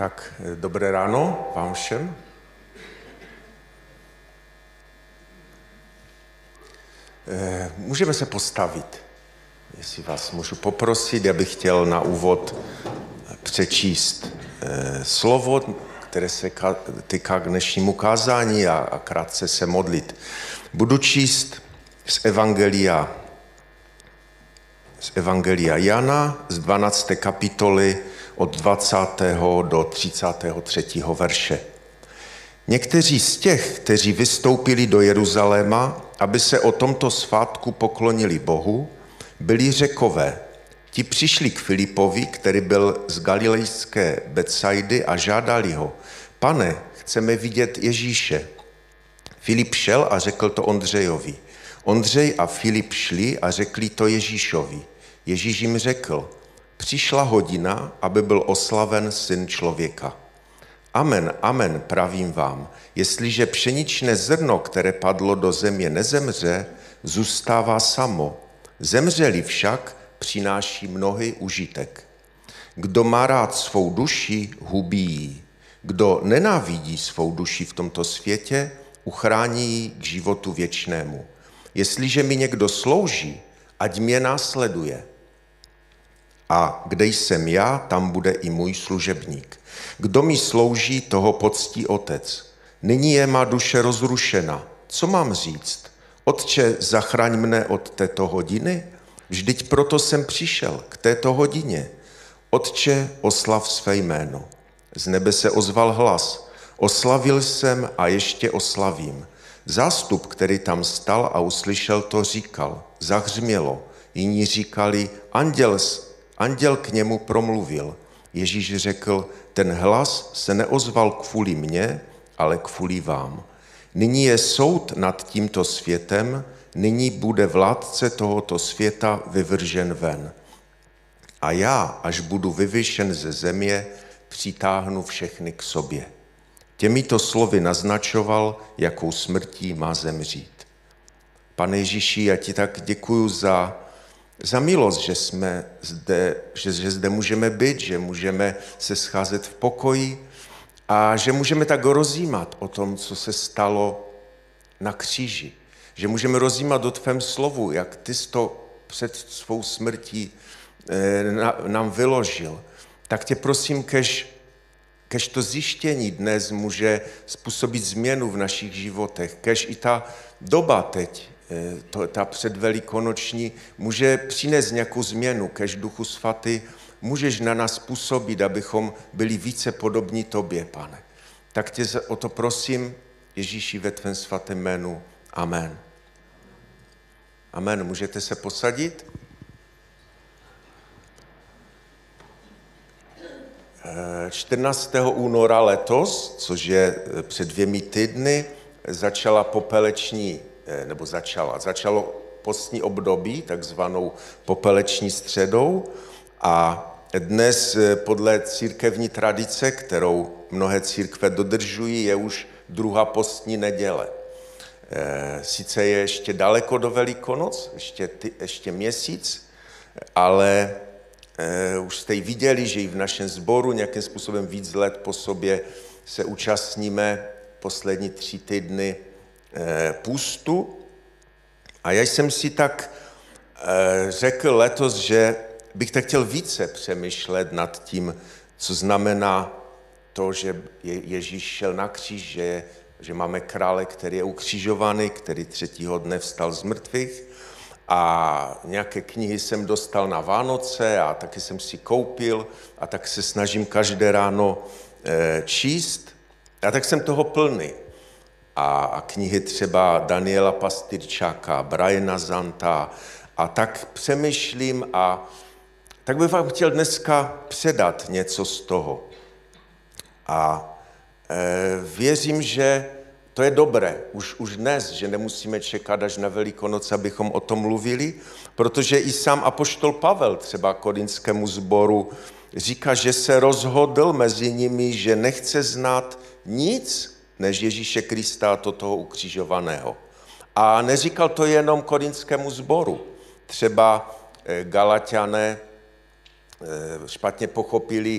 Tak dobré ráno vám všem. Můžeme se postavit. Jestli vás můžu poprosit, já bych chtěl na úvod přečíst slovo, které se týká k dnešnímu kázání a krátce se modlit. Budu číst z Evangelia Jana z 12. kapitoly od 20. do 33. verše. Někteří z těch, kteří vystoupili do Jeruzaléma, aby se o tomto svátku poklonili Bohu, byli Řekové. Ti přišli k Filipovi, který byl z galilejské Betsaidy, a žádali ho: Pane, chceme vidět Ježíše. Filip šel a řekl to Ondřejovi. Ondřej a Filip šli a řekli to Ježíšovi. Ježíš jim řekl: Přišla hodina, aby byl oslaven Syn člověka. Amen, amen, pravím vám, jestliže pšeničné zrno, které padlo do země, nezemře, zůstává samo. Zemřeli však, přináší mnohý užitek. Kdo má rád svou duši, hubí ji. Kdo nenávidí svou duši v tomto světě, uchrání ji k životu věčnému. Jestliže mi někdo slouží, ať mě následuje. A kde jsem já, tam bude i můj služebník. Kdo mi slouží, toho poctí Otec. Nyní je má duše rozrušena. Co mám říct? Otče, zachraň mne od této hodiny? Vždyť proto jsem přišel k této hodině. Otče, oslav své jméno. Z nebe se ozval hlas. Oslavil jsem a ještě oslavím. Zástup, který tam stal a uslyšel to, říkal. Zahřmělo. Jiní říkali, anděl k němu promluvil. Ježíš řekl, ten hlas se neozval kvůli mně, ale kvůli vám. Nyní je soud nad tímto světem, nyní bude vládce tohoto světa vyvržen ven. A já, až budu vyvyšen ze země, přitáhnu všechny k sobě. Těmito slovy naznačoval, jakou smrtí má zemřít. Pane Ježíši, já ti tak děkuju za milost, že jsme zde, že zde můžeme být, že můžeme se scházet v pokoji a že můžeme tak rozjímat o tom, co se stalo na kříži. Že můžeme rozjímat o tvém slovu, jak ty jsi to před svou smrtí nám vyložil. Tak tě prosím, kež to zjištění dnes může způsobit změnu v našich životech, kež i ta doba teď, ta předvelikonoční, může přinést nějakou změnu, kež Duchu Svatý můžeš na nás působit, abychom byli více podobní tobě, Pane. Tak tě o to prosím, Ježíši, ve tvém svatém jménu. Amen. Amen. Můžete se posadit? 14. února letos, což je před 2 týdny, začalo postní období, takzvanou popeleční středou, a dnes podle církevní tradice, kterou mnohé církve dodržují, je už druhá postní neděle. Sice je ještě daleko do Velikonoc, ještě měsíc, ale už jste ji viděli, že i v našem sboru nějakým způsobem víc let po sobě se účastníme poslední 3 týdny půstu. A já jsem si tak řekl letos, že bych tak chtěl více přemýšlet nad tím, co znamená to, že Ježíš šel na kříž, že máme krále, který je ukřižovaný, který 3. dne vstal z mrtvých. A nějaké knihy jsem dostal na Vánoce a taky jsem si koupil a tak se snažím každé ráno číst. A tak jsem toho plný. A knihy třeba Daniela Pastyrčáka, Briana Zanta, a tak přemýšlím a tak bych vám chtěl dneska předat něco z toho. A věřím, že to je dobré, už dnes, že nemusíme čekat až na Velikonoce, abychom o tom mluvili, protože i sám apoštol Pavel třeba korintskému sboru říká, že se rozhodl mezi nimi, že nechce znát nic než Ježíše Krista, toho ukřižovaného. A neříkal to jenom korintskému sboru. Třeba Galatiané špatně pochopili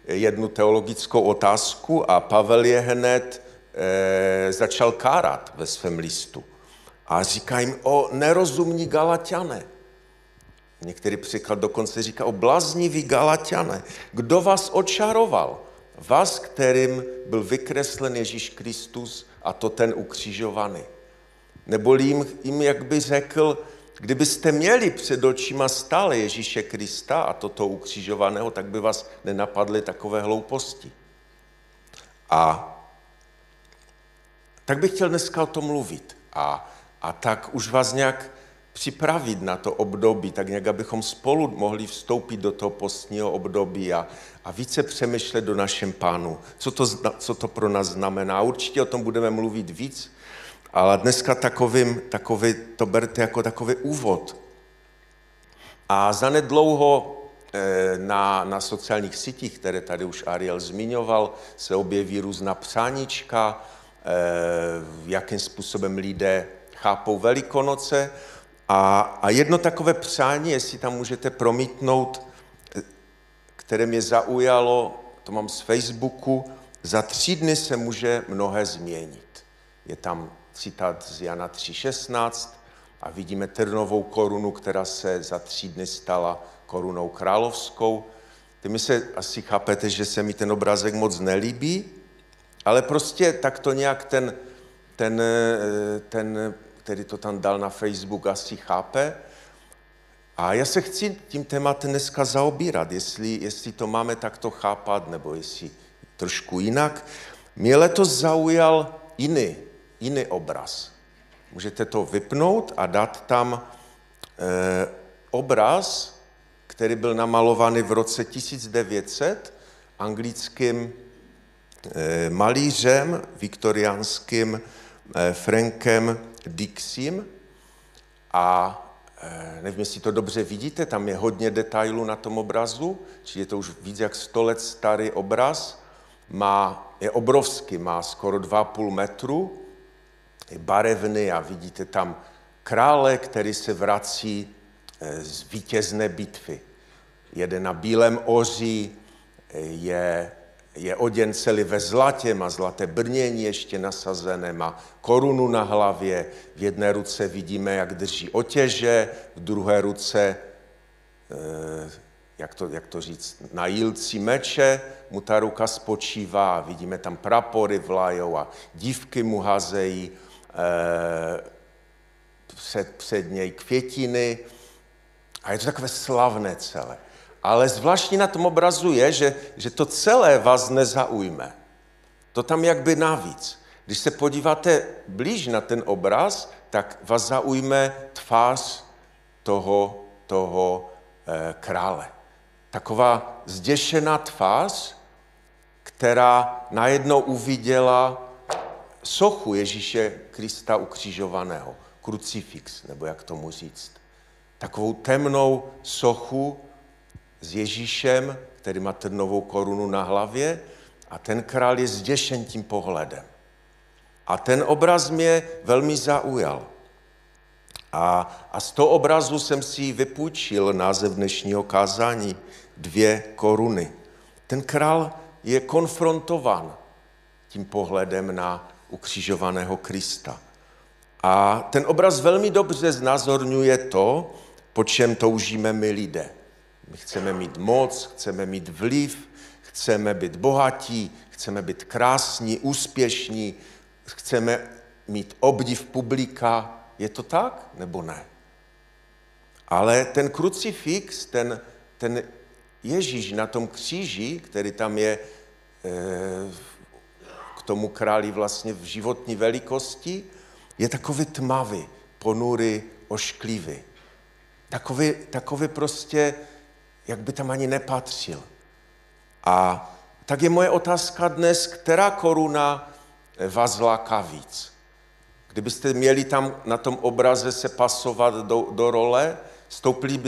jednu teologickou otázku a Pavel je hned začal kárat ve svém listu. A říká jim o nerozumní Galatiané. Některý příklad dokonce říká o blázniví Galatiané. Kdo vás očaroval? Vás, kterým byl vykreslen Ježíš Kristus, a to ten ukřižovaný. Neboli jim jak by řekl, kdybyste měli před očima stále Ježíše Krista a toto ukřižovaného, tak by vás nenapadly takové hlouposti. A tak bych chtěl dneska o tom mluvit. A tak už vás nějak připravit na to období, tak nějak, abychom spolu mohli vstoupit do toho postního období a více přemýšlet do našem Pánu, co to pro nás znamená. Určitě o tom budeme mluvit víc, ale dneska to berte jako takový úvod. A zanedlouho na sociálních sítích, které tady už Ariel zmiňoval, se objeví různá přáníčka, jakým způsobem lidé chápou Velikonoce. A jedno takové přání, jestli tam můžete promítnout, které mě zaujalo, to mám z Facebooku, za 3 dny se může mnohé změnit. Je tam citát z Jana 3.16 a vidíme trnovou korunu, která se za 3 dny stala korunou královskou. Ty se asi chápete, že se mi ten obrázek moc nelíbí, ale prostě tak to nějak ten, který to tam dal na Facebook, asi chápe. A já se chci tím tématem dneska zaobírat, jestli to máme takto chápat, nebo jestli trošku jinak. Mě letos zaujal jiný obraz. Můžete to vypnout a dát tam obraz, který byl namalovaný v roce 1900 anglickým malířem viktoriánským Frankem Dixim. A nevím, jestli to dobře vidíte, tam je hodně detailů na tom obrazu, či je to už víc jak 100 let starý obraz, je obrovský, má skoro 2,5 metru, je barevný a vidíte tam krále, který se vrací z vítězné bitvy. Jede na bílém oři, je oděn celý ve zlatě, má zlaté brnění ještě nasazené, má korunu na hlavě, v jedné ruce vidíme, jak drží otěže, v druhé ruce, jak to říct, na jílci meče mu ta ruka spočívá, vidíme tam prapory vlajou a dívky mu hazejí před něj květiny a je to takové slavné celé. Ale zvláštní na tom obrazu je, že to celé vás nezaujme. To tam jakby navíc. Když se podíváte blíž na ten obraz, tak vás zaujme tvář toho krále. Taková zděšená tvář, která najednou uviděla sochu Ježíše Krista ukřižovaného, krucifix, nebo jak tomu říct. Takovou temnou sochu s Ježíšem, který má trnovou korunu na hlavě a ten král je zděšen tím pohledem. A ten obraz mě velmi zaujal. A z toho obrazu jsem si vypůjčil název dnešního kázání 2 koruny. Ten král je konfrontován tím pohledem na ukřižovaného Krista. A ten obraz velmi dobře znázorňuje to, po čem toužíme my lidé. My chceme mít moc, chceme mít vliv, chceme být bohatí, chceme být krásní, úspěšní, chceme mít obdiv publika. Je to tak, nebo ne? Ale ten krucifix, ten Ježíš na tom kříži, který tam je k tomu králi vlastně v životní velikosti, je takový tmavý, ponurý, ošklivý. Takový prostě, jak by tam ani nepatřil. A tak je moje otázka dnes, která koruna vás láká víc? Kdybyste měli tam na tom obraze se pasovat do role, vylezli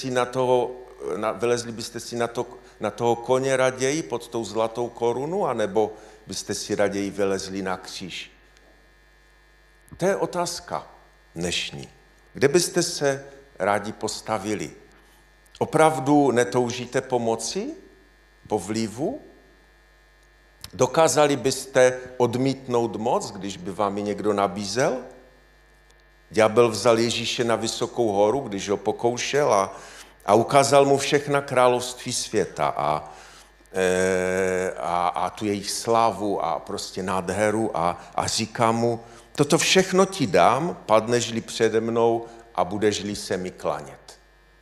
byste si na toho koně raději pod tou zlatou korunu, anebo byste si raději vylezli na kříž? To je otázka dnešní. Kde byste se rádi postavili? Opravdu netoužíte po moci, po vlivu, Dokázali byste odmítnout moc, když by vám ji někdo nabízel? Ďábel vzal Ježíše na vysokou horu, když ho pokoušel a ukázal mu všechna království světa a tu jejich slávu a prostě nádheru a říká mu, toto všechno ti dám, padneš-li přede mnou a budeš-li se mi klanět.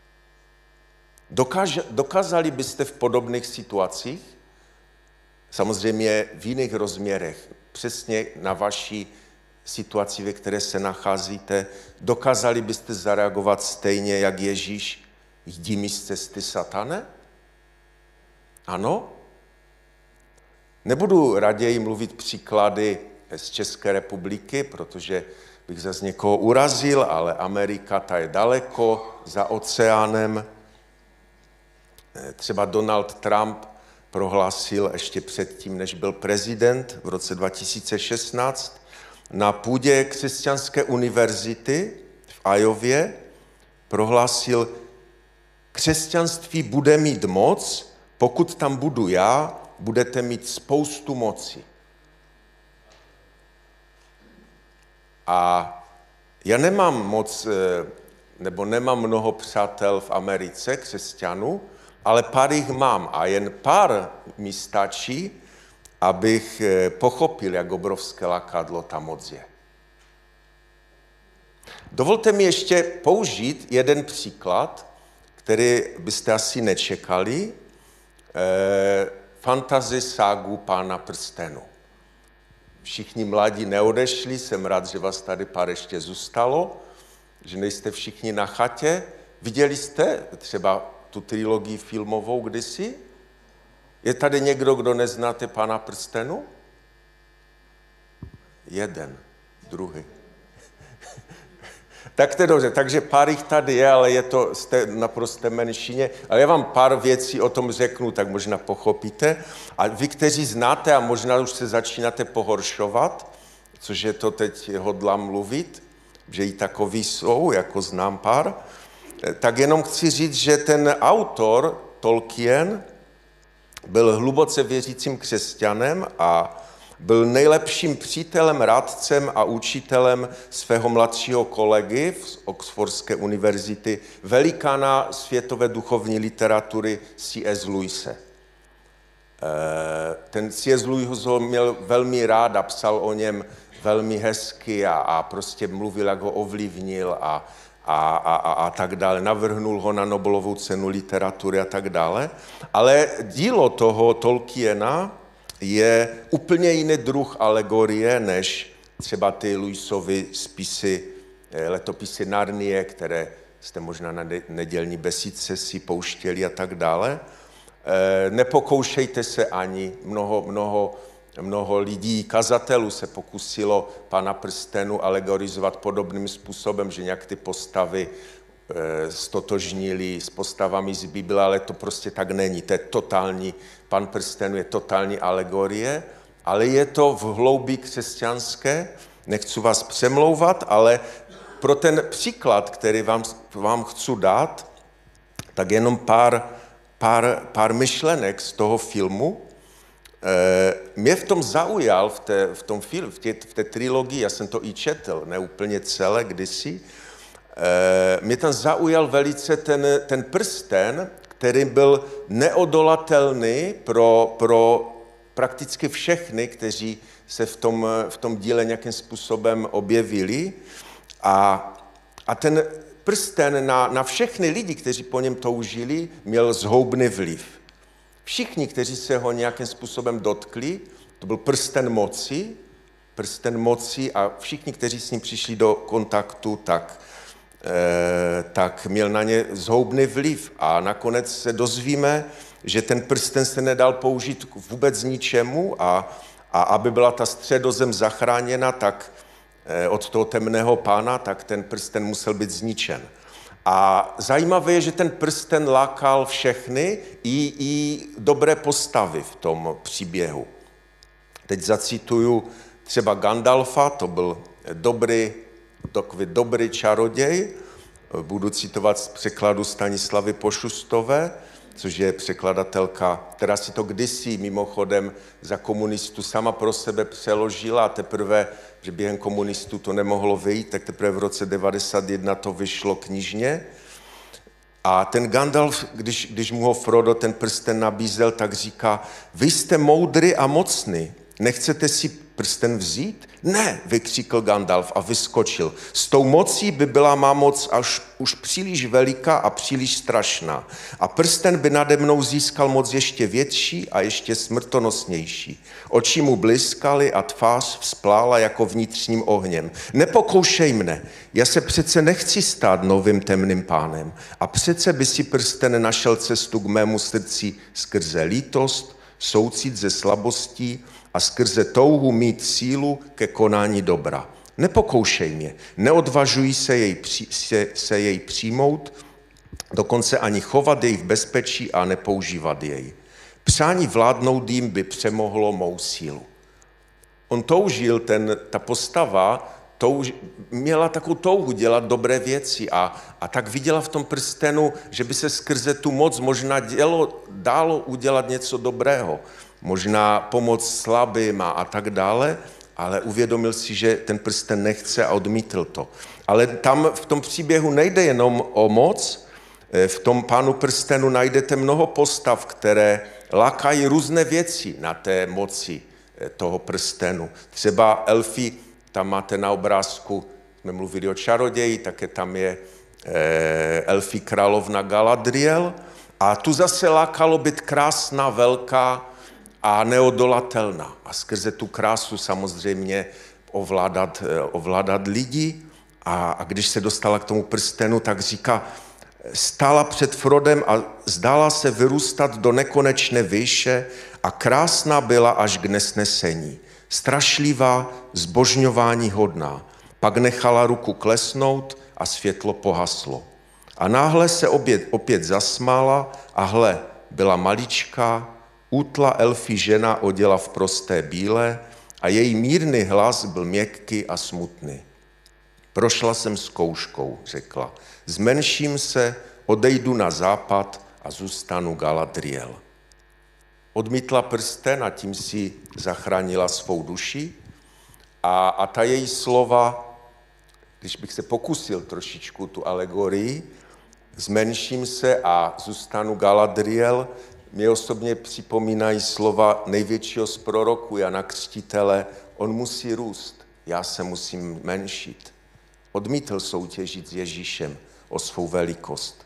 Dokázali byste v podobných situacích, samozřejmě v jiných rozměrech, přesně na vaší situaci, ve které se nacházíte, dokázali byste zareagovat stejně, jak Ježíš, jdi mi z cesty, satane? Ano? Nebudu raději mluvit příklady z České republiky, protože bych zase někoho urazil, ale Amerika, ta je daleko za oceánem. Třeba Donald Trump prohlásil ještě předtím, než byl prezident v roce 2016, na půdě Křesťanské univerzity v Iowě prohlásil, křesťanství bude mít moc, pokud tam budu já, budete mít spoustu moci. A já nemám mnoho přátel v Americe, křesťanů, ale pár jich mám a jen pár mi stačí, abych pochopil, jak obrovské lakadlo ta moc je. Dovolte mi ještě použít jeden příklad, který byste asi nečekali, fantasy ságu Pána prstenů. Všichni mladí neodešli, jsem rád, že vás tady pár ještě zůstalo, že nejste všichni na chatě. Viděli jste třeba tu trilogii filmovou kdysi? Je tady někdo, kdo neznáte Pána prstenů? Jeden, druhý. Tak to je dobře, takže pár jich tady je, ale jste naprosté menšině. Ale já vám pár věcí o tom řeknu, tak možná pochopíte. A vy, kteří znáte a možná už se začínáte pohoršovat, což je to teď hodlám mluvit, že i takový jsou, jako znám pár, tak jenom chci říct, že ten autor Tolkien byl hluboce věřícím křesťanem a byl nejlepším přítelem, rádcem a učitelem svého mladšího kolegy z Oxfordské univerzity, velikána světové duchovní literatury C.S. Lewise. Ten C.S. Lewis ho měl velmi rád a psal o něm velmi hezky a prostě mluvil, jak ho ovlivnil a tak dále. Navrhnul ho na Nobelovu cenu literatury a tak dále. Ale dílo toho Tolkiena je úplně jiný druh alegorie, než třeba ty Lewisovy spisy, letopisy Narnie, které jste možná na nedělní besídce si pouštěli a tak dále. Nepokoušejte se ani, mnoho lidí, kazatelů se pokusilo Pána prstenů alegorizovat podobným způsobem, že nějak ty postavy stotožnili s postavami z Bible, ale to prostě tak není. To je totální, Pán prstenů je totální alegorie, ale je to v hloubi křesťanské. Nechci vás přemlouvat, ale pro ten příklad, který vám chci dát, tak jenom pár myšlenek z toho filmu. Mě v tom zaujal, v té trilogii, já jsem to i četl, ne úplně celé kdysi, mě tam zaujal velice ten prsten, který byl neodolatelný pro prakticky všechny, kteří se v tom díle nějakým způsobem objevili. A ten prsten na všechny lidi, kteří po něm toužili, měl zhoubný vliv. Všichni, kteří se ho nějakým způsobem dotkli, to byl prsten moci a všichni, kteří s ním přišli do kontaktu, tak měl na ně zhoubný vliv. A nakonec se dozvíme, že ten prsten se nedal použít vůbec ničemu a aby byla ta středozem zachráněna, tak od toho temného pána, tak ten prsten musel být zničen. A zajímavé je, že ten prsten lákal všechny i dobré postavy v tom příběhu. Teď zacituju třeba Gandalfa, to byl dobrý čaroděj, budu citovat z překladu Stanislavy Pošustové, což je překladatelka, která si to kdysi mimochodem za komunistů sama pro sebe přeložila a teprve, že během komunistů to nemohlo vyjít, tak teprve v roce 1991 to vyšlo knižně. A ten Gandalf, když mu ho Frodo ten prsten nabízel, tak říká, vy jste moudrý a mocný, nechcete si prsten vzít? Ne, vykřikl Gandalf a vyskočil. S tou mocí by byla má moc až už příliš veliká a příliš strašná. A prsten by nade mnou získal moc ještě větší a ještě smrtonosnější. Oči mu bliskaly a tvář vzplála jako vnitřním ohněm. Nepokoušej mne, já se přece nechci stát novým temným pánem. A přece by si prsten našel cestu k mému srdci skrze lítost, soucit ze slabostí a skrze touhu mít sílu ke konání dobra. Nepokoušej mě, neodvažuji se jej přijmout, dokonce ani chovat jej v bezpečí a nepoužívat jej. Přání vládnout jim by přemohlo mou sílu. On toužil, ta postava měla takovou touhu dělat dobré věci a tak viděla v tom prstenu, že by se skrze tu moc možná dalo udělat něco dobrého. Možná pomoct slabým a tak dále, ale uvědomil si, že ten prsten nechce a odmítl to. Ale tam v tom příběhu nejde jenom o moc, v tom Pánu prstenu najdete mnoho postav, které lákají různé věci na té moci toho prstenu. Třeba elfy, tam máte na obrázku, jsme mluvili o čaroději, také tam je elfí královna Galadriel a tu zase lákalo být krásná, velká a neodolatelná. A skrze tu krásu samozřejmě ovládat lidi. A když se dostala k tomu prstenu, tak říká, stála před Frodem a zdála se vyrůstat do nekonečné výše a krásná byla až k nesnesení. Strašlivá, zbožňování hodná. Pak nechala ruku klesnout a světlo pohaslo. A náhle se opět zasmála a hle, byla maličká, útla elfí žena oděla v prosté bílé a její mírný hlas byl měkký a smutný. Prošla jsem zkouškou, řekla. Zmenším se, odejdu na západ a zůstanu Galadriel. Odmítla prsten a tím si zachránila svou duši a ta její slova, když bych se pokusil trošičku tu alegorii, zmenším se a zůstanu Galadriel, mě osobně připomínají slova největšího z proroků Jana Křtitele, on musí růst, já se musím menšit. Odmítl soutěžit s Ježíšem o svou velikost.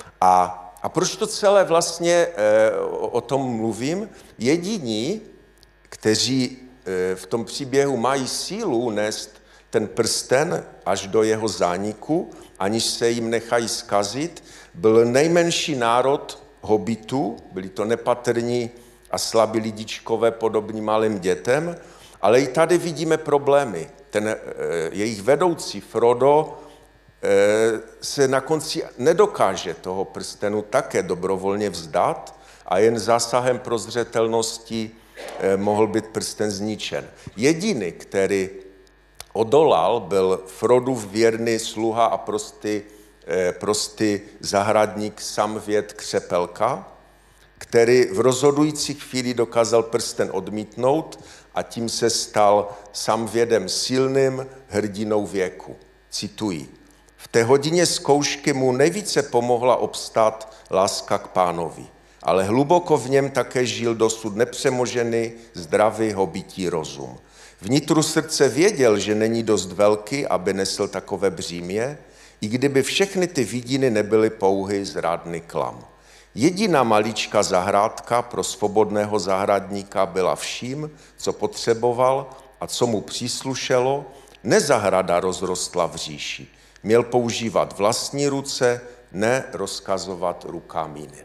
A proč to celé vlastně o tom mluvím? Jediní, kteří v tom příběhu mají sílu nést ten prsten až do jeho zániku, aniž se jim nechají zkazit, byl nejmenší národ hobitů, byli to nepatrní a slabí lidičkové podobní malým dětem, ale i tady vidíme problémy. Ten jejich vedoucí Frodo se na konci nedokáže toho prstenu také dobrovolně vzdát a jen zásahem prozřetelnosti mohl být prsten zničen. Jediný, který odolal, byl Frodův věrný sluha a prostý zahradník Samvěd Křepelka, který v rozhodující chvíli dokázal prsten odmítnout a tím se stal Samvědem silným hrdinou věku. Cituji. V té hodině zkoušky mu nejvíce pomohla obstát láska k Pánovi, ale hluboko v něm také žil dosud nepřemožený, zdravý hobití rozum. Vnitru srdce věděl, že není dost velký, aby nesl takové břímě, i kdyby všechny ty vidiny nebyly pouhý zrádný klam. Jediná maličká zahrádka pro svobodného zahradníka byla vším, co potřeboval a co mu příslušelo, ne zahrada rozrostla v říši. Měl používat vlastní ruce, ne rozkazovat rukám jiným.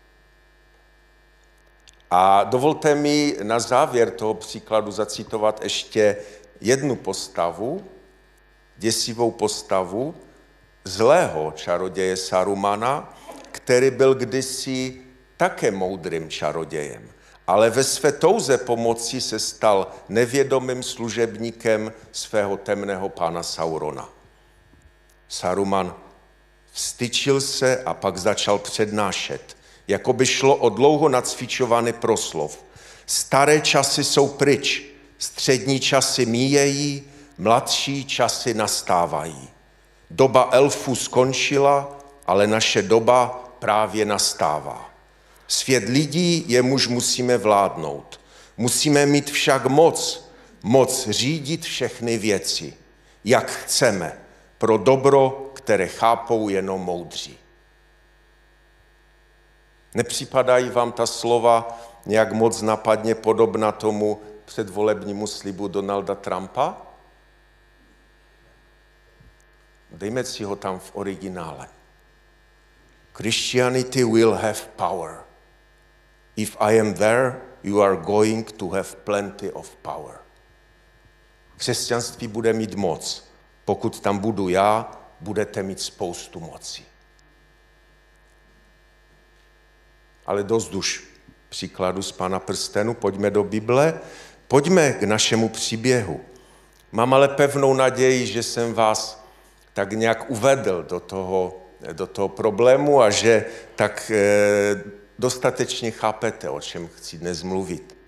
A dovolte mi na závěr toho příkladu zacitovat ještě jednu postavu, děsivou postavu zlého čaroděje Sarumana, který byl kdysi také moudrým čarodějem, ale ve své touze pomoci se stal nevědomým služebníkem svého temného pána Saurona. Saruman vztyčil se a pak začal přednášet. jako by šlo o dlouho nacvičovaný proslov. Staré časy jsou pryč, střední časy míjejí, mladší časy nastávají. Doba elfů skončila, ale naše doba právě nastává. Svět lidí, jemuž musíme vládnout. Musíme mít však moc řídit všechny věci, jak chceme, pro dobro, které chápou jenom moudří. Nepřipadají vám ta slova nějak moc napadně podobná tomu předvolebnímu slibu Donalda Trumpa? Dejme si ho tam v originále. Christianity will have power. If I am there, you are going to have plenty of power. Křesťanství bude mít moc. Pokud tam budu já, budete mít spoustu moci. Ale dost už příkladu z Pána prstenů, pojďme do Bible, pojďme k našemu příběhu. Mám ale pevnou naději, že jsem vás tak nějak uvedl do toho problému a že tak dostatečně chápete, o čem chci dnes mluvit.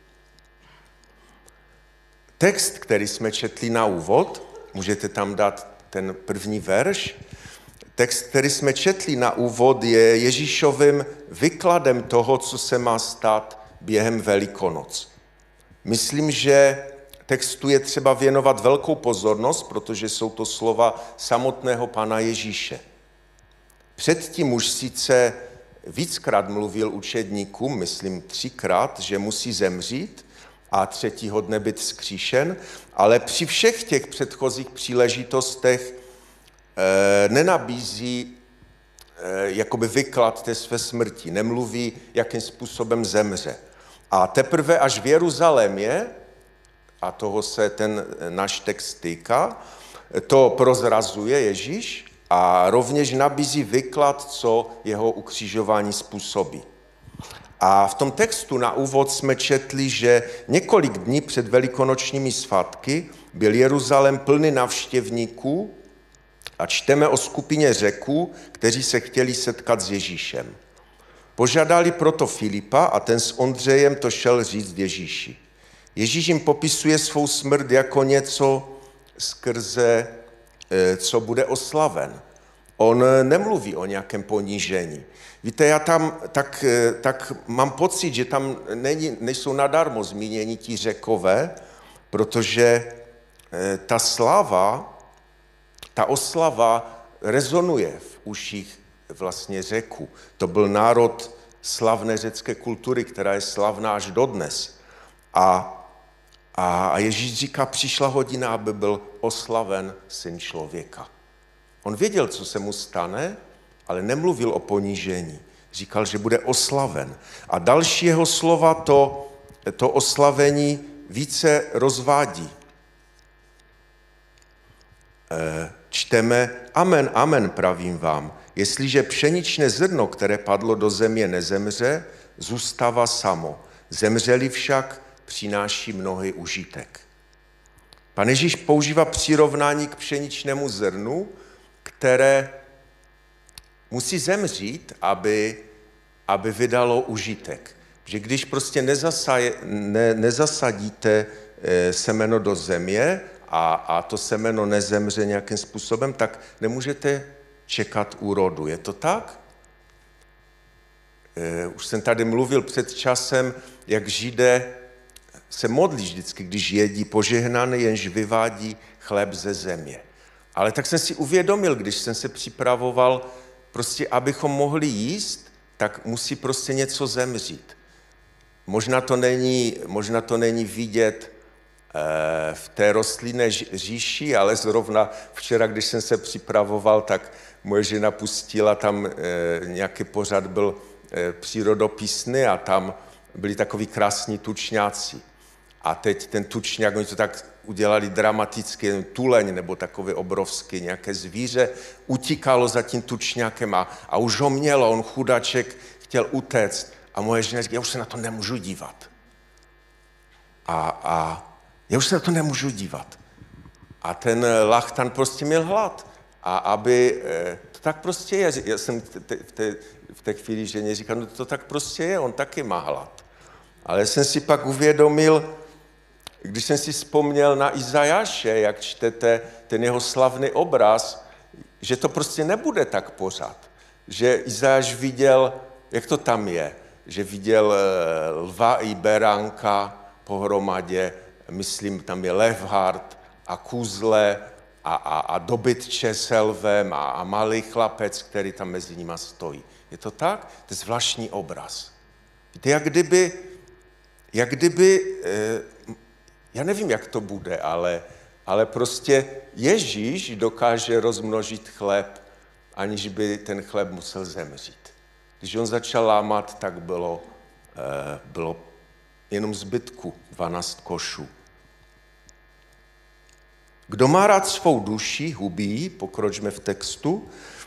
Text, který jsme četli na úvod, můžete tam dát ten první verš. Text, který jsme četli na úvod, je Ježíšovým vykladem toho, co se má stát během Velikonoc. Myslím, že textu je třeba věnovat velkou pozornost, protože jsou to slova samotného Pána Ježíše. Předtím už sice víckrát mluvil učedníkům, myslím 3krát, že musí zemřít a 3. dne být vzkříšen, ale při všech těch předchozích příležitostech nenabízí jakoby vyklad té své smrti, nemluví, jakým způsobem zemře. A teprve až v Jeruzalémě, a toho se ten náš text týká, to prozrazuje Ježíš a rovněž nabízí vyklad, co jeho ukřižování způsobí. A v tom textu na úvod jsme četli, že několik dní před velikonočními svátky byl Jeruzalém plný navštěvníků a čteme o skupině Řeků, kteří se chtěli setkat s Ježíšem. Požádali proto Filipa a ten s Ondřejem to šel říct Ježíši. Ježíš jim popisuje svou smrt jako něco skrze, co bude oslaven. On nemluví o nějakém ponížení. Víte, já tam tak mám pocit, že tam nejsou nadarmo zmíněni ti Řekové, protože ta sláva, ta oslava rezonuje v uších vlastně Řeků. To byl národ slavné řecké kultury, která je slavná až dodnes. A Ježíš říká, přišla hodina, aby byl oslaven Syn člověka. On věděl, co se mu stane, ale nemluvil o ponížení. Říkal, že bude oslaven. A další jeho slova to oslavení více rozvádí. Čteme, amen, amen, pravím vám. Jestliže pšeničné zrno, které padlo do země, nezemře, zůstává samo. Zemřeli však, přináší mnohý užitek. Pan Ježíš používá přirovnání k pšeničnému zrnu, které musí zemřít, aby vydalo užitek. Že když prostě nezasadíte semeno do země a to semeno nezemře nějakým způsobem, tak nemůžete čekat úrodu. Je to tak? Už jsem tady mluvil před časem, jak Židé se modlí vždycky, když jedí požehnaný, jenž vyvádí chléb ze země. Ale tak jsem si uvědomil, když jsem se připravoval, prostě abychom mohli jíst, tak musí prostě něco zemřít. Možná to není vidět v té rostlinné říši, ale zrovna včera, když jsem se připravoval, tak moje žena pustila tam nějaký pořad, byl přírodopisný a tam byli takoví krásní tučňáci. A teď ten tučňák, oni to tak udělali dramaticky, tuleň nebo takový obrovský nějaké zvíře, utíkalo za tím tučňákem a už ho mělo, on chudaček chtěl utéct. A moje žena říká, já už se na to nemůžu dívat. A já už se na to nemůžu dívat. A ten lachtan prostě měl hlad. A aby, to tak prostě je, já jsem v té chvíli ženě říkám, no to tak prostě je, on taky má hlad. Ale jsem si pak uvědomil, když jsem si vzpomněl na Izajáše, jak čtete ten jeho slavný obraz, že to prostě nebude tak pořád. Že Izajáš viděl, jak to tam je, že viděl lva i beránka pohromadě, myslím, tam je levhart a kůzle a dobytče s lvem a malý chlapec, který tam mezi nima stojí. Je to tak? To je zvláštní obraz. Víte, jak kdyby já nevím, jak to bude, ale prostě Ježíš dokáže rozmnožit chléb, aniž by ten chléb musel zemřít. Když on začal lámat, tak bylo jenom zbytku 12 košů. Kdo má rád svou duši, hubí, pokročme v textu,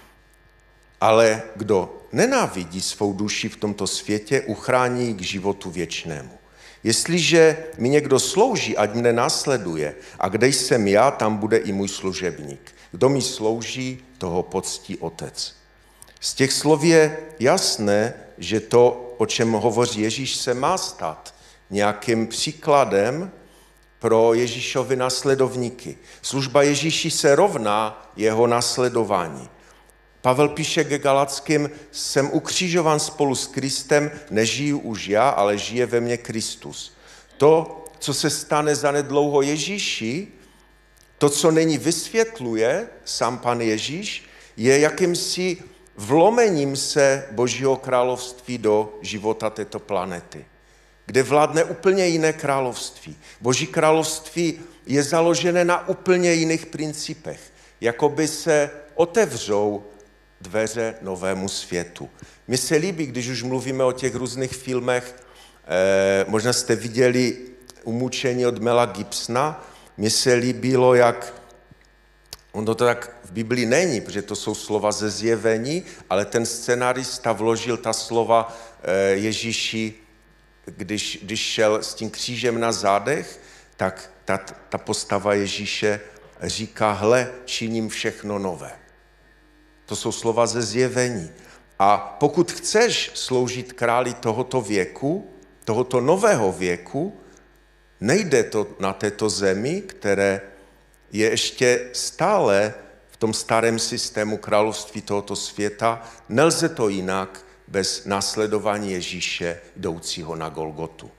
ale kdo nenávidí svou duši v tomto světě, uchrání ji k životu věčnému. Jestliže mi někdo slouží, ať mne následuje, a kde jsem já, tam bude i můj služebník. Kdo mi slouží, toho poctí Otec. Z těch slov je jasné, že to, o čem hovoří Ježíš, se má stát nějakým příkladem pro Ježíšovi následovníky. Služba Ježíši se rovná jeho následování. Pavel píše ke Galackým, jsem ukřižován spolu s Kristem, nežiju už já, ale žije ve mně Kristus. To, co se stane zanedlouho Ježíši, to, co není vysvětluje sám pan Ježíš, je jakýmsi vlomením se Božího království do života této planety, kde vládne úplně jiné království. Boží království je založené na úplně jiných principech, jako by se otevřou dveře novému světu. Mně se líbí, když už mluvíme o těch různých filmech, možná jste viděli Umučení od Mela Gibsona, mně se líbilo, jak, on to tak v Biblii není, protože to jsou slova ze Zjevení, ale ten scenárista vložil ta slova Ježíši, když šel s tím křížem na zádech, tak ta postava Ježíše říká, hle, činím všechno nové. To jsou slova ze Zjevení. A pokud chceš sloužit králi tohoto věku, tohoto nového věku, nejde to na této zemi, které je ještě stále v tom starém systému království tohoto světa, nelze to jinak bez následování Ježíše jdoucího na Golgotu.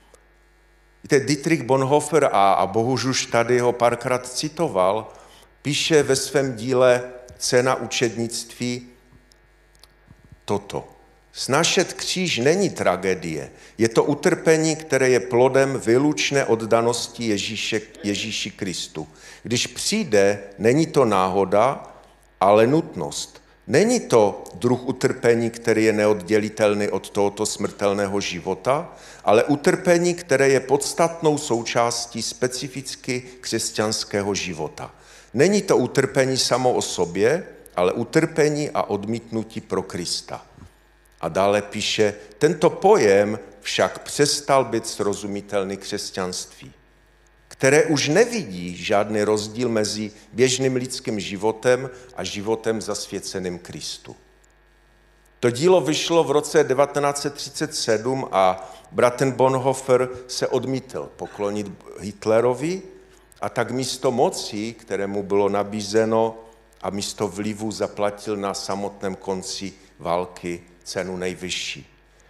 Víte, Dietrich Bonhoeffer, a Bohuž už tady ho párkrát citoval, píše ve svém díle Cena učednictví toto. Snášet kříž není tragédie, je to utrpení, které je plodem výlučné oddanosti Ježíši Kristu. Když přijde, není to náhoda, ale nutnost. Není to druh utrpení, který je neoddělitelný od tohoto smrtelného života, ale utrpení, které je podstatnou součástí specificky křesťanského života. Není to utrpení samo o sobě, ale utrpení a odmítnutí pro Krista. A dále píše, tento pojem však přestal být srozumitelný křesťanství, které už nevidí žádný rozdíl mezi běžným lidským životem a životem zasvěceným Kristu. To dílo vyšlo v roce 1937 a Braten Bonhoeffer se odmítl poklonit Hitlerovi a tak místo moci, kterému bylo nabízeno, a místo vlivu zaplatil na samotném konci války cenu nejvyšší.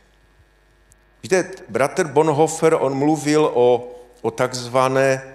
Víte, bratr Bonhoeffer, on mluvil o takzvané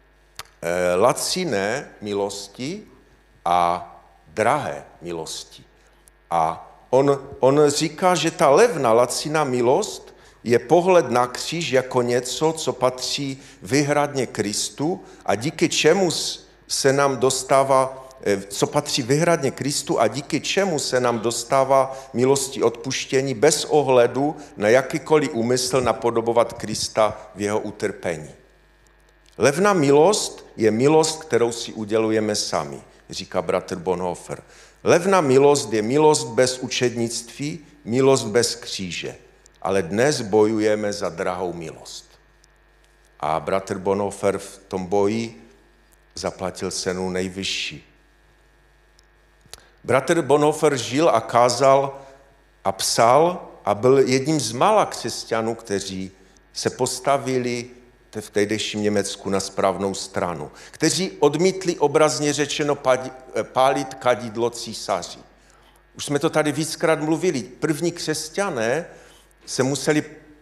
laciné milosti a drahé milosti. A on říká, že ta levná laciná milost je pohled na kříž jako něco, co patří výhradně Kristu a díky čemu se nám dostává co patří výhradně Kristu a díky čemu se nám dostává milosti odpuštění bez ohledu na jakýkoliv úmysl napodobovat Krista v jeho utrpení. Levná milost je milost, kterou si udělujeme sami, říká bratr Bonhoeffer. Levná milost je milost bez učednictví, milost bez kříže, ale dnes bojujeme za drahou milost. A bratr Bonhoeffer v tom boji zaplatil cenu nejvyšší. Bratr Bonhoeffer žil a kázal a psal a byl jedním z mála křesťanů, kteří se postavili v tehdejším Německu na správnou stranu, kteří odmítli obrazně řečeno pálit kadidlo císaři. Už jsme to tady víckrát mluvili. První křesťané se museli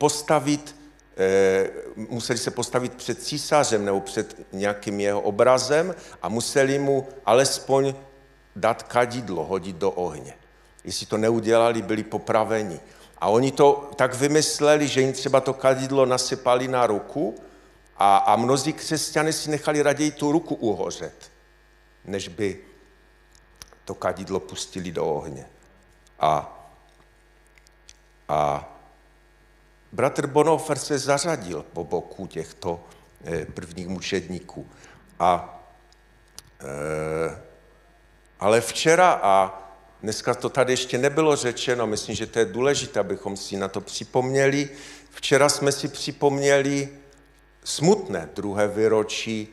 se postavit před císařem nebo před nějakým jeho obrazem a museli mu alespoň dát kadidlo, hodit do ohně. Jestli to neudělali, byli popraveni. A oni to tak vymysleli, že jim třeba to kadidlo nasypali na ruku a mnozí křesťané si nechali raději tu ruku uhořet, než by to kadidlo pustili do ohně. A bratr Bonhoeffer se zařadil po boku těchto prvních mučedníků. Ale včera, a dneska to tady ještě nebylo řečeno, myslím, že to je důležité, abychom si na to připomněli. Včera jsme si připomněli smutné druhé výročí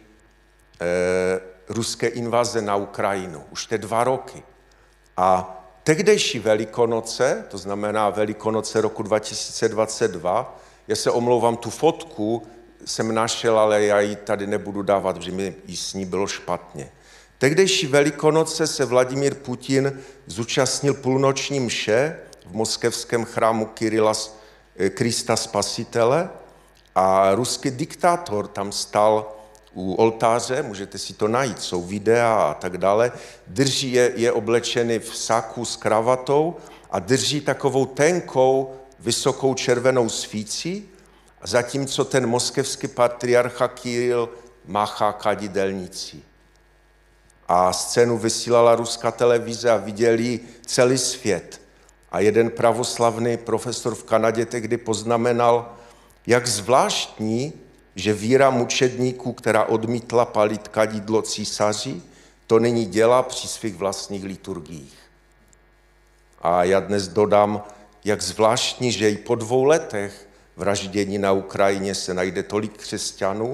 ruské invaze na Ukrajinu. Už to 2 roky. A tehdejší Velikonoce, to znamená Velikonoce roku 2022, já se omlouvám, tu fotku jsem našel, ale já ji tady nebudu dávat, protože mi jí s ní bylo špatně. Tehdejší Velikonoce se Vladimír Putin zúčastnil půlnoční mše v moskevském chrámu Krista Spasitele a ruský diktátor tam stal u oltáře, můžete si to najít, jsou videa a tak dále, je oblečený v saku s kravatou a drží takovou tenkou, vysokou červenou svíci, zatímco ten moskevský patriarcha Kiril máchá kadidelnicí. A scénu vysílala ruská televize a viděli celý svět. A jeden pravoslavný profesor v Kanadě tehdy poznamenal, jak zvláštní, že víra mučedníků, která odmítla palit kadidlo císaři, to nyní dělá při svých vlastních liturgiích. A já dnes dodám, jak zvláštní, že i po 2 letech vraždění na Ukrajině se najde tolik křesťanů,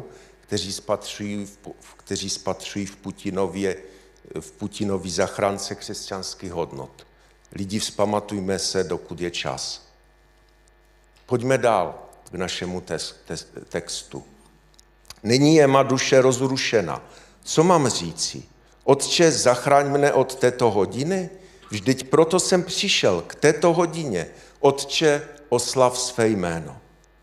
kteří spatřují v Putinovi zachránce křesťanských hodnot. Lidi, vzpamatujme se, dokud je čas. Pojďme dál k našemu textu. Nyní je má duše rozrušena. Co mám říci? Otče, zachraň mne od této hodiny? Vždyť proto jsem přišel k této hodině. Otče, oslav své jméno.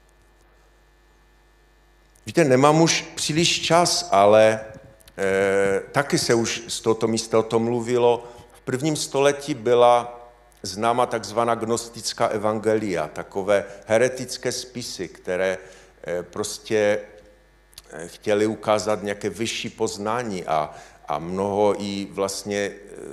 Víte, nemám už příliš čas, ale taky se už z tohoto místa o tom mluvilo. V 1. století byla známa takzvaná gnostická evangelia, takové heretické spisy, které prostě chtěli ukázat nějaké vyšší poznání a mnoho i vlastně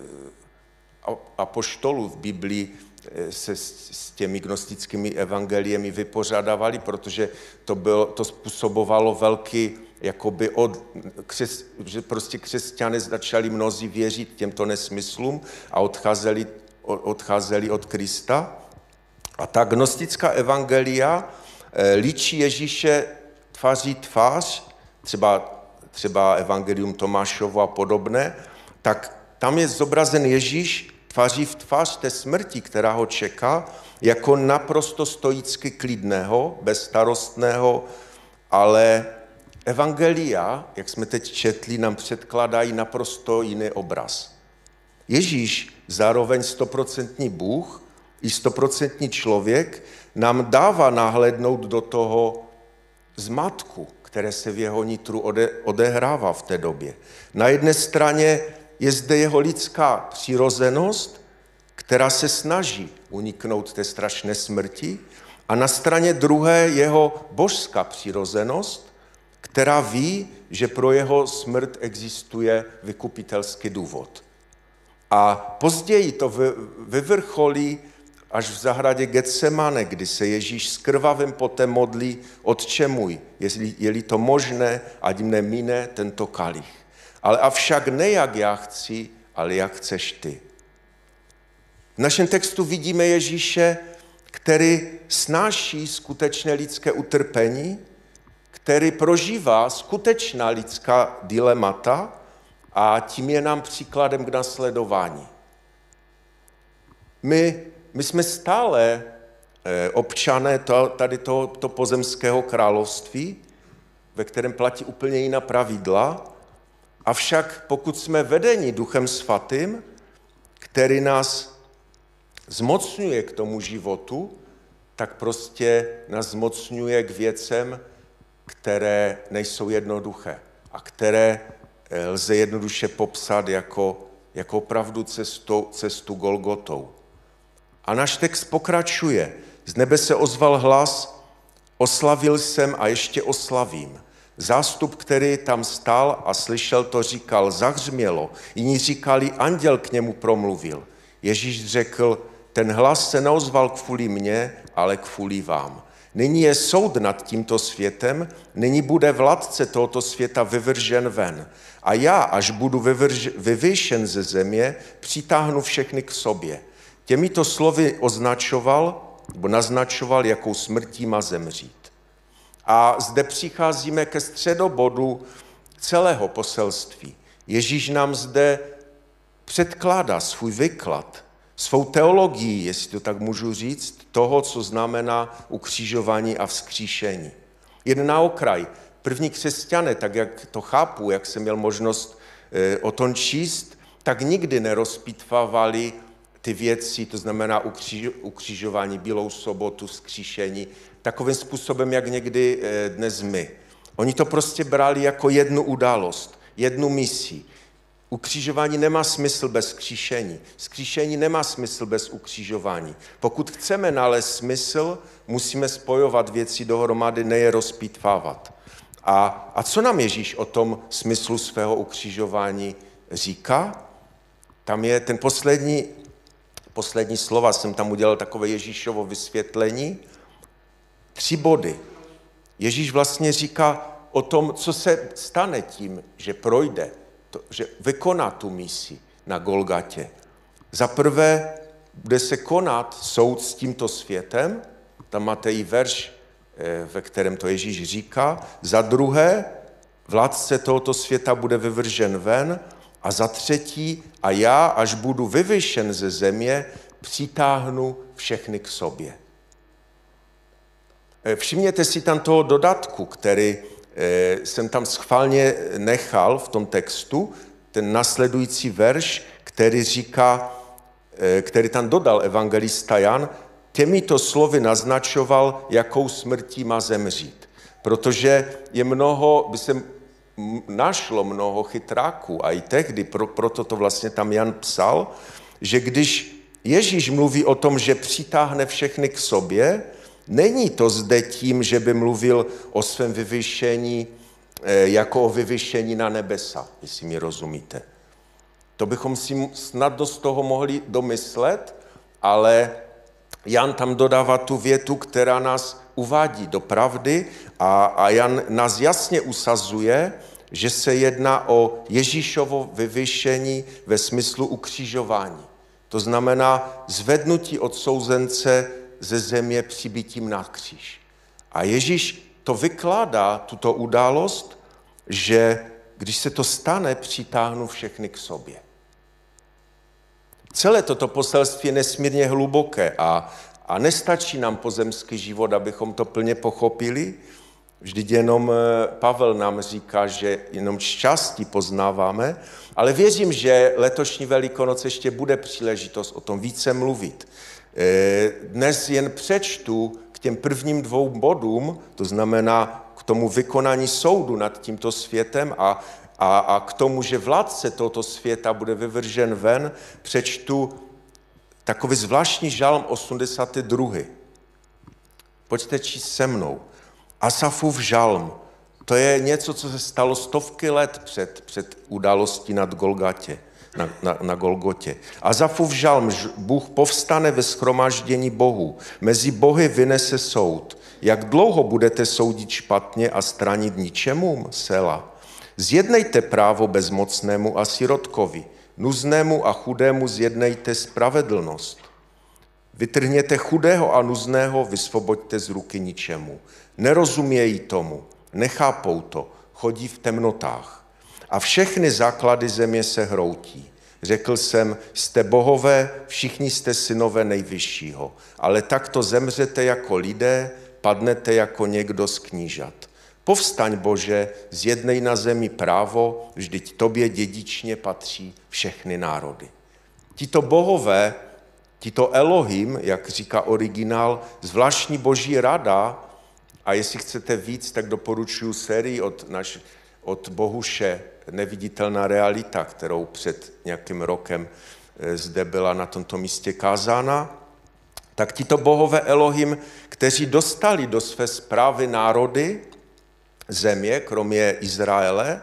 apoštolů v Biblii se s těmi gnostickými evangeliemi vypořádávali, protože to způsobovalo velký, jakoby že prostě křesťané začali mnozí věřit těmto nesmyslům a odcházeli od Krista. A ta gnostická evangelia líčí Ježíše tváří tvář, třeba evangelium Tomášovo a podobné, tak tam je zobrazen Ježíš tváří v tvář té smrti, která ho čeká, jako naprosto stoicky klidného, bezstarostného, ale evangelia, jak jsme teď četli, nám předkládají naprosto jiný obraz. Ježíš, zároveň 100% Bůh i 100% člověk, nám dává nahlédnout do toho zmatku, které se v jeho nitru odehrává v té době. Na jedné straně je zde jeho lidská přirozenost, která se snaží uniknout té strašné smrti, a na straně druhé jeho božská přirozenost, která ví, že pro jeho smrt existuje vykupitelský důvod. A později to vyvrcholí až v zahradě Getsemane, kdy se Ježíš s krvavým potem modlí: Otče můj, je-li to možné, ať mne mine tento kalich. Ale avšak ne jak já chci, ale jak chceš ty. V našem textu vidíme Ježíše, který snáší skutečné lidské utrpení, který prožívá skutečná lidská dilemata a tím je nám příkladem k nasledování. My my jsme stále občané tady tohoto pozemského království, ve kterém platí úplně jiná pravidla, avšak pokud jsme vedeni Duchem Svatým, který nás zmocňuje k tomu životu, tak prostě nás zmocňuje k věcem, které nejsou jednoduché a které lze jednoduše popsat jako opravdu cestu Golgotou. A náš text pokračuje. Z nebe se ozval hlas, oslavil jsem a ještě oslavím. Zástup, který tam stál a slyšel to, říkal, zahřmělo. Jiní říkali, anděl k němu promluvil. Ježíš řekl, ten hlas se neozval kvůli mně, ale kvůli vám. Nyní je soud nad tímto světem, nyní bude vládce tohoto světa vyvržen ven. A já, až budu vyvýšen ze země, přitáhnu všechny k sobě. Těmito slovy naznačoval, jakou smrtí má zemřít. A zde přicházíme ke středobodu celého poselství. Ježíš nám zde předkládá svůj výklad, svou teologii, jestli to tak můžu říct, toho, co znamená ukřižování a vzkříšení. Jen na okraj, první křesťané, tak jak to chápu, jak jsem měl možnost o tom číst, tak nikdy nerozpitvávali ty věci, to znamená ukřižování, Bílou sobotu, vzkříšení, takovým způsobem, jak někdy dnes my. Oni to prostě brali jako jednu událost, jednu misi. Ukřižování nemá smysl bez vzkříšení. Vzkříšení nemá smysl bez ukřižování. Pokud chceme nalézt smysl, musíme spojovat věci dohromady, ne je rozpitvávat. A co nám Ježíš o tom smyslu svého ukřižování říká? Tam je ten poslední slova, jsem tam udělal takové Ježíšovo vysvětlení. 3 body. Ježíš vlastně říká o tom, co se stane tím, že projde, že vykoná tu misi na Golgatě. Za prvé bude se konat soud s tímto světem, tam máte i verš, ve kterém to Ježíš říká. Za druhé, vládce tohoto světa bude vyvržen ven. A za třetí, a já, až budu vyvyšen ze země, přitáhnu všechny k sobě. Všimněte si tam toho dodatku, který jsem tam schválně nechal v tom textu, ten následující verš, který tam dodal evangelista Jan, těmito slovy naznačoval, jakou smrtí má zemřít. Protože by se našlo mnoho chytráků a i tehdy, proto to vlastně tam Jan psal, že když Ježíš mluví o tom, že přitáhne všechny k sobě, není to zde tím, že by mluvil o svém vyvyšení jako o vyvyšení na nebesa, jestli mi rozumíte. To bychom si snadno z toho mohli domyslet, ale Jan tam dodává tu větu, která nás uvádí do pravdy a Jan nás jasně usazuje, že se jedná o Ježíšovo vyvyšení ve smyslu ukřižování. To znamená zvednutí odsouzence ze země přibitím na kříž. A Ježíš to vykládá, tuto událost, že když se to stane, přitáhnu všechny k sobě. Celé toto poselství je nesmírně hluboké a nestačí nám pozemský život, abychom to plně pochopili. Vždyť jenom Pavel nám říká, že jenom šťastí poznáváme, ale věřím, že letošní Velikonoc ještě bude příležitost o tom více mluvit. Dnes jen přečtu k těm prvním 2 bodům, to znamená k tomu vykonání soudu nad tímto světem a k tomu, že vládce tohoto světa bude vyvržen ven, přečtu takový zvláštní žalm 82. Pojďte číst se mnou. Asafův žalm, to je něco, co se stalo stovky let před událostí na Golgotě. Asafův žalm, Bůh povstane ve shromáždění bohů, mezi bohy vynese soud. Jak dlouho budete soudit špatně a stranit ničemu? Sela. Zjednejte právo bezmocnému a sirotkovi, nuznému a chudému zjednejte spravedlnost. Vytrhněte chudého a nuzného, vysvoboďte z ruky ničemu. Nerozumějí tomu, nechápou to, chodí v temnotách. A všechny základy země se hroutí. Řekl jsem, jste bohové, všichni jste synové nejvyššího, ale takto zemřete jako lidé, padnete jako někdo z knížat. Povstaň, Bože, zjednej na zemi právo, vždyť tobě dědičně patří všechny národy. Tito bohové, tito Elohim, jak říká originál, zvláštní boží rada, a jestli chcete víc, tak doporučuji sérii od Bohuše Neviditelná realita, kterou před nějakým rokem zde byla na tomto místě kázána. Tak tito bohové Elohim, kteří dostali do své správy národy, země, kromě Izraele,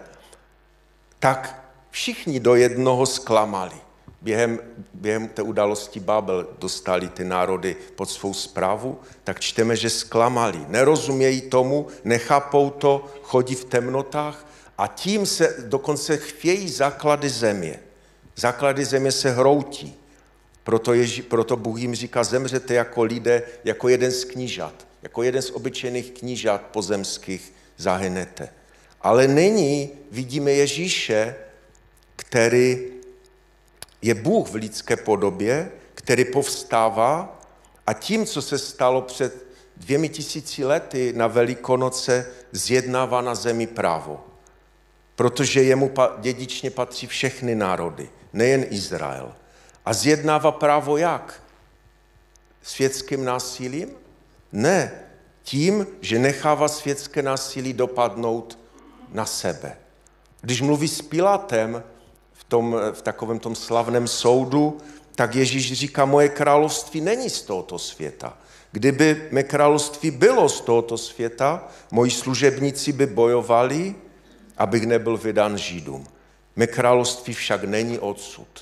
tak všichni do jednoho zklamali. Během té události Babel dostali ty národy pod svou správu, tak čteme, že zklamali. Nerozumějí tomu, nechápou to, chodí v temnotách a tím se dokonce chvějí základy země. Základy země se hroutí. Proto Bůh jim říká, zemřete jako lidé, jako jeden z knížat, jako jeden z obyčejných knížat pozemských zahynete. Ale nyní vidíme Ježíše, který je Bůh v lidské podobě, který povstává a tím, co se stalo před 2000 lety na Velikonoce, zjednává na zemi právo. Protože jemu dědičně patří všechny národy, nejen Izrael. A zjednává právo jak? Světským násilím? Ne, tím, že nechává světské násilí dopadnout na sebe. Když mluví s Pilatem v takovém tom slavném soudu, tak Ježíš říká, moje království není z tohoto světa. Kdyby mé království bylo z tohoto světa, moji služebníci by bojovali, abych nebyl vydán Židům. Mé království však není odsud.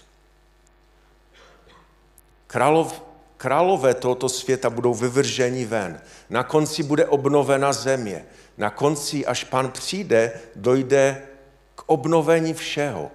Králové tohoto světa budou vyvrženi ven. Na konci bude obnovena země. Na konci, až Pán přijde, dojde k obnovení všeho.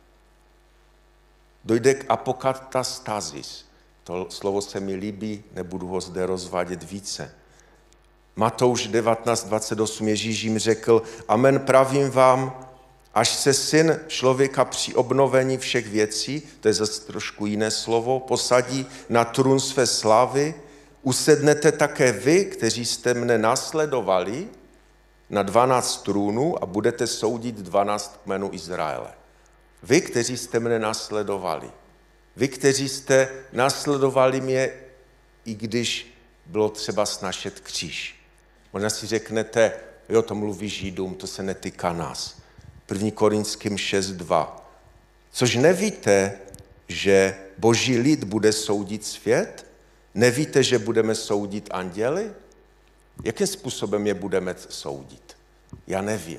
Dojde k apokatastasis. To slovo se mi líbí, nebudu ho zde rozvádět více. Matouš 19:28 Ježíš jim řekl, amen pravím vám, až se Syn člověka při obnovení všech věcí, to je zase trošku jiné slovo, posadí na trůn své slávy, usednete také vy, kteří jste mne následovali, na 12 trůnů a budete soudit 12 kmenů Izraele. Vy, kteří jste mne následovali. Vy, kteří jste následovali mě, i když bylo třeba snášet kříž. Možná si řeknete, jo, to mluví Židům, to se netýká nás. 1. Korinským 6:2. Což nevíte, že boží lid bude soudit svět? Nevíte, že budeme soudit anděly? Jakým způsobem je budeme soudit? Já nevím.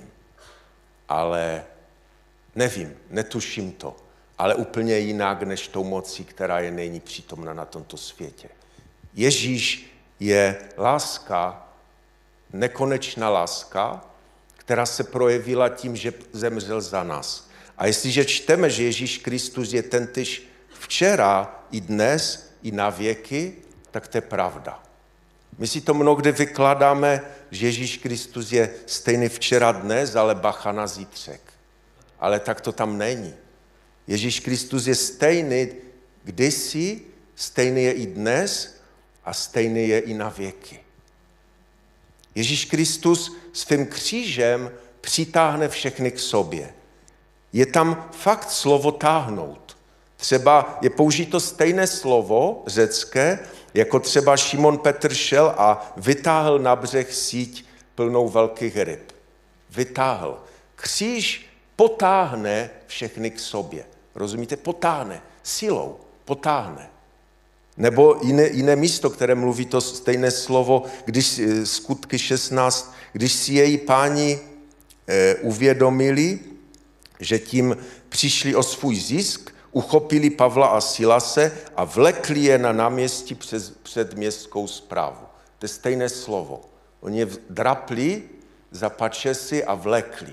Netuším to. Ale úplně jinak, než tou mocí, která je nyní přítomna na tomto světě. Ježíš je láska, nekonečná láska, která se projevila tím, že zemřel za nás. A jestliže čteme, že Ježíš Kristus je tentýž včera i dnes i na věky, tak to je pravda. My si to mnohdy vykládáme, že Ježíš Kristus je stejný včera dnes, ale bacha na zítřek. Ale tak to tam není. Ježíš Kristus je stejný kdysi, stejný je i dnes a stejný je i na věky. Ježíš Kristus svým křížem přitáhne všechny k sobě. Je tam fakt slovo táhnout. Třeba je použito stejné slovo řecké, jako třeba Šimon Petr šel a vytáhl na břeh síť plnou velkých ryb. Vytáhl. Kříž potáhne všechny k sobě. Rozumíte? Potáhne. Silou. Potáhne. Nebo jiné místo, které mluví to stejné slovo, když Skutky 16, když si její páni uvědomili, že tím přišli o svůj zisk, uchopili Pavla a Silase a vlekli je na náměstí před městskou správu. To je stejné slovo. Oni je drapli za pačesy a vlekli.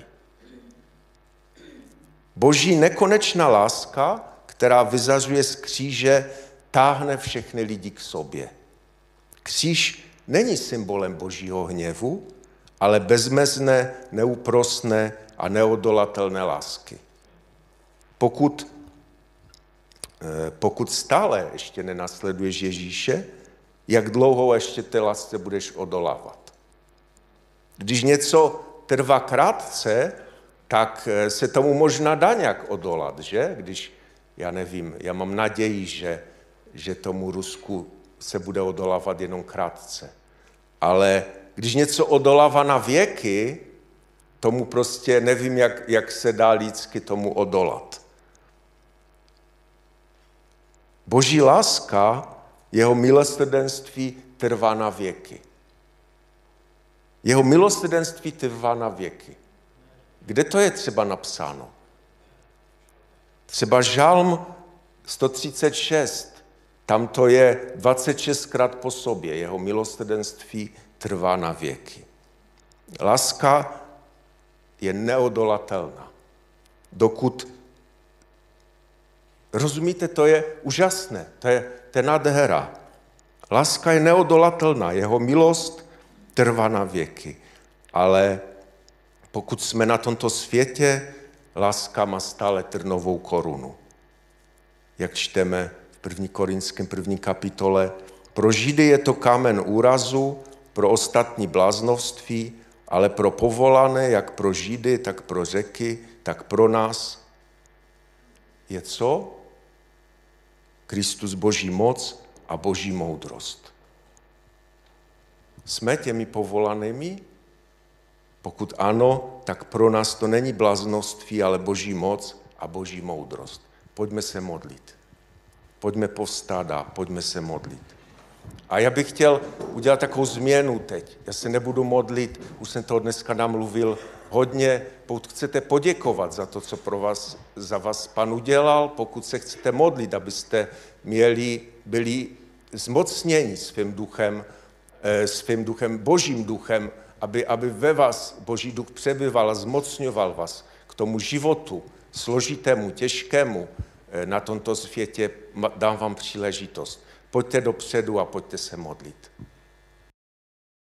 Boží nekonečná láska, která vyzařuje z kříže, táhne všechny lidi k sobě. Kříž není symbolem božího hněvu, ale bezmezné, neúprosné a neodolatelné lásky. Pokud pokud stále ještě nenasleduješ Ježíše, jak dlouho ještě té lásce budeš odolávat. Když něco trvá krátce, tak se tomu možná dá nějak odolat, že? Když, já nevím, já mám naději, že tomu Rusku se bude odolávat jenom krátce. Ale když něco odolává na věky, tomu prostě nevím, jak se dá lidsky tomu odolat. Boží láska, jeho milosrdenství trvá na věky. Jeho milosrdenství trvá na věky. Kde to je třeba napsáno? Třeba Žalm 136, tam to je 26krát po sobě. Jeho milosrdenství trvá na věky. Láska je neodolatelná. Dokud, rozumíte, to je úžasné, to je nádhera. Láska je neodolatelná, jeho milost trvá na věky. Ale pokud jsme na tomto světě, láska má stále trnovou korunu. Jak čteme v 1. Korinském 1. kapitole, pro Židy je to kámen úrazu, pro ostatní bláznovství, ale pro povolané, jak pro Židy, tak pro Řeky, tak pro nás je co? Kristus Boží moc a Boží moudrost. Jsme těmi povolanými? Pokud ano, tak pro nás to není bláznoství, ale Boží moc a Boží moudrost. Pojďme se modlit. Pojďme povstát a pojďme se modlit. A já bych chtěl udělat takovou změnu teď. Já se nebudu modlit, už jsem toho dneska namluvil hodně. Pokud chcete poděkovat za to, co za vás Pan udělal, pokud se chcete modlit, abyste byli zmocněni svým duchem, Božím duchem, aby ve vás Boží duch přebyval a zmocňoval vás k tomu životu složitému, těžkému na tomto světě, dám vám příležitost. Pojďte dopředu a pojďte se modlit.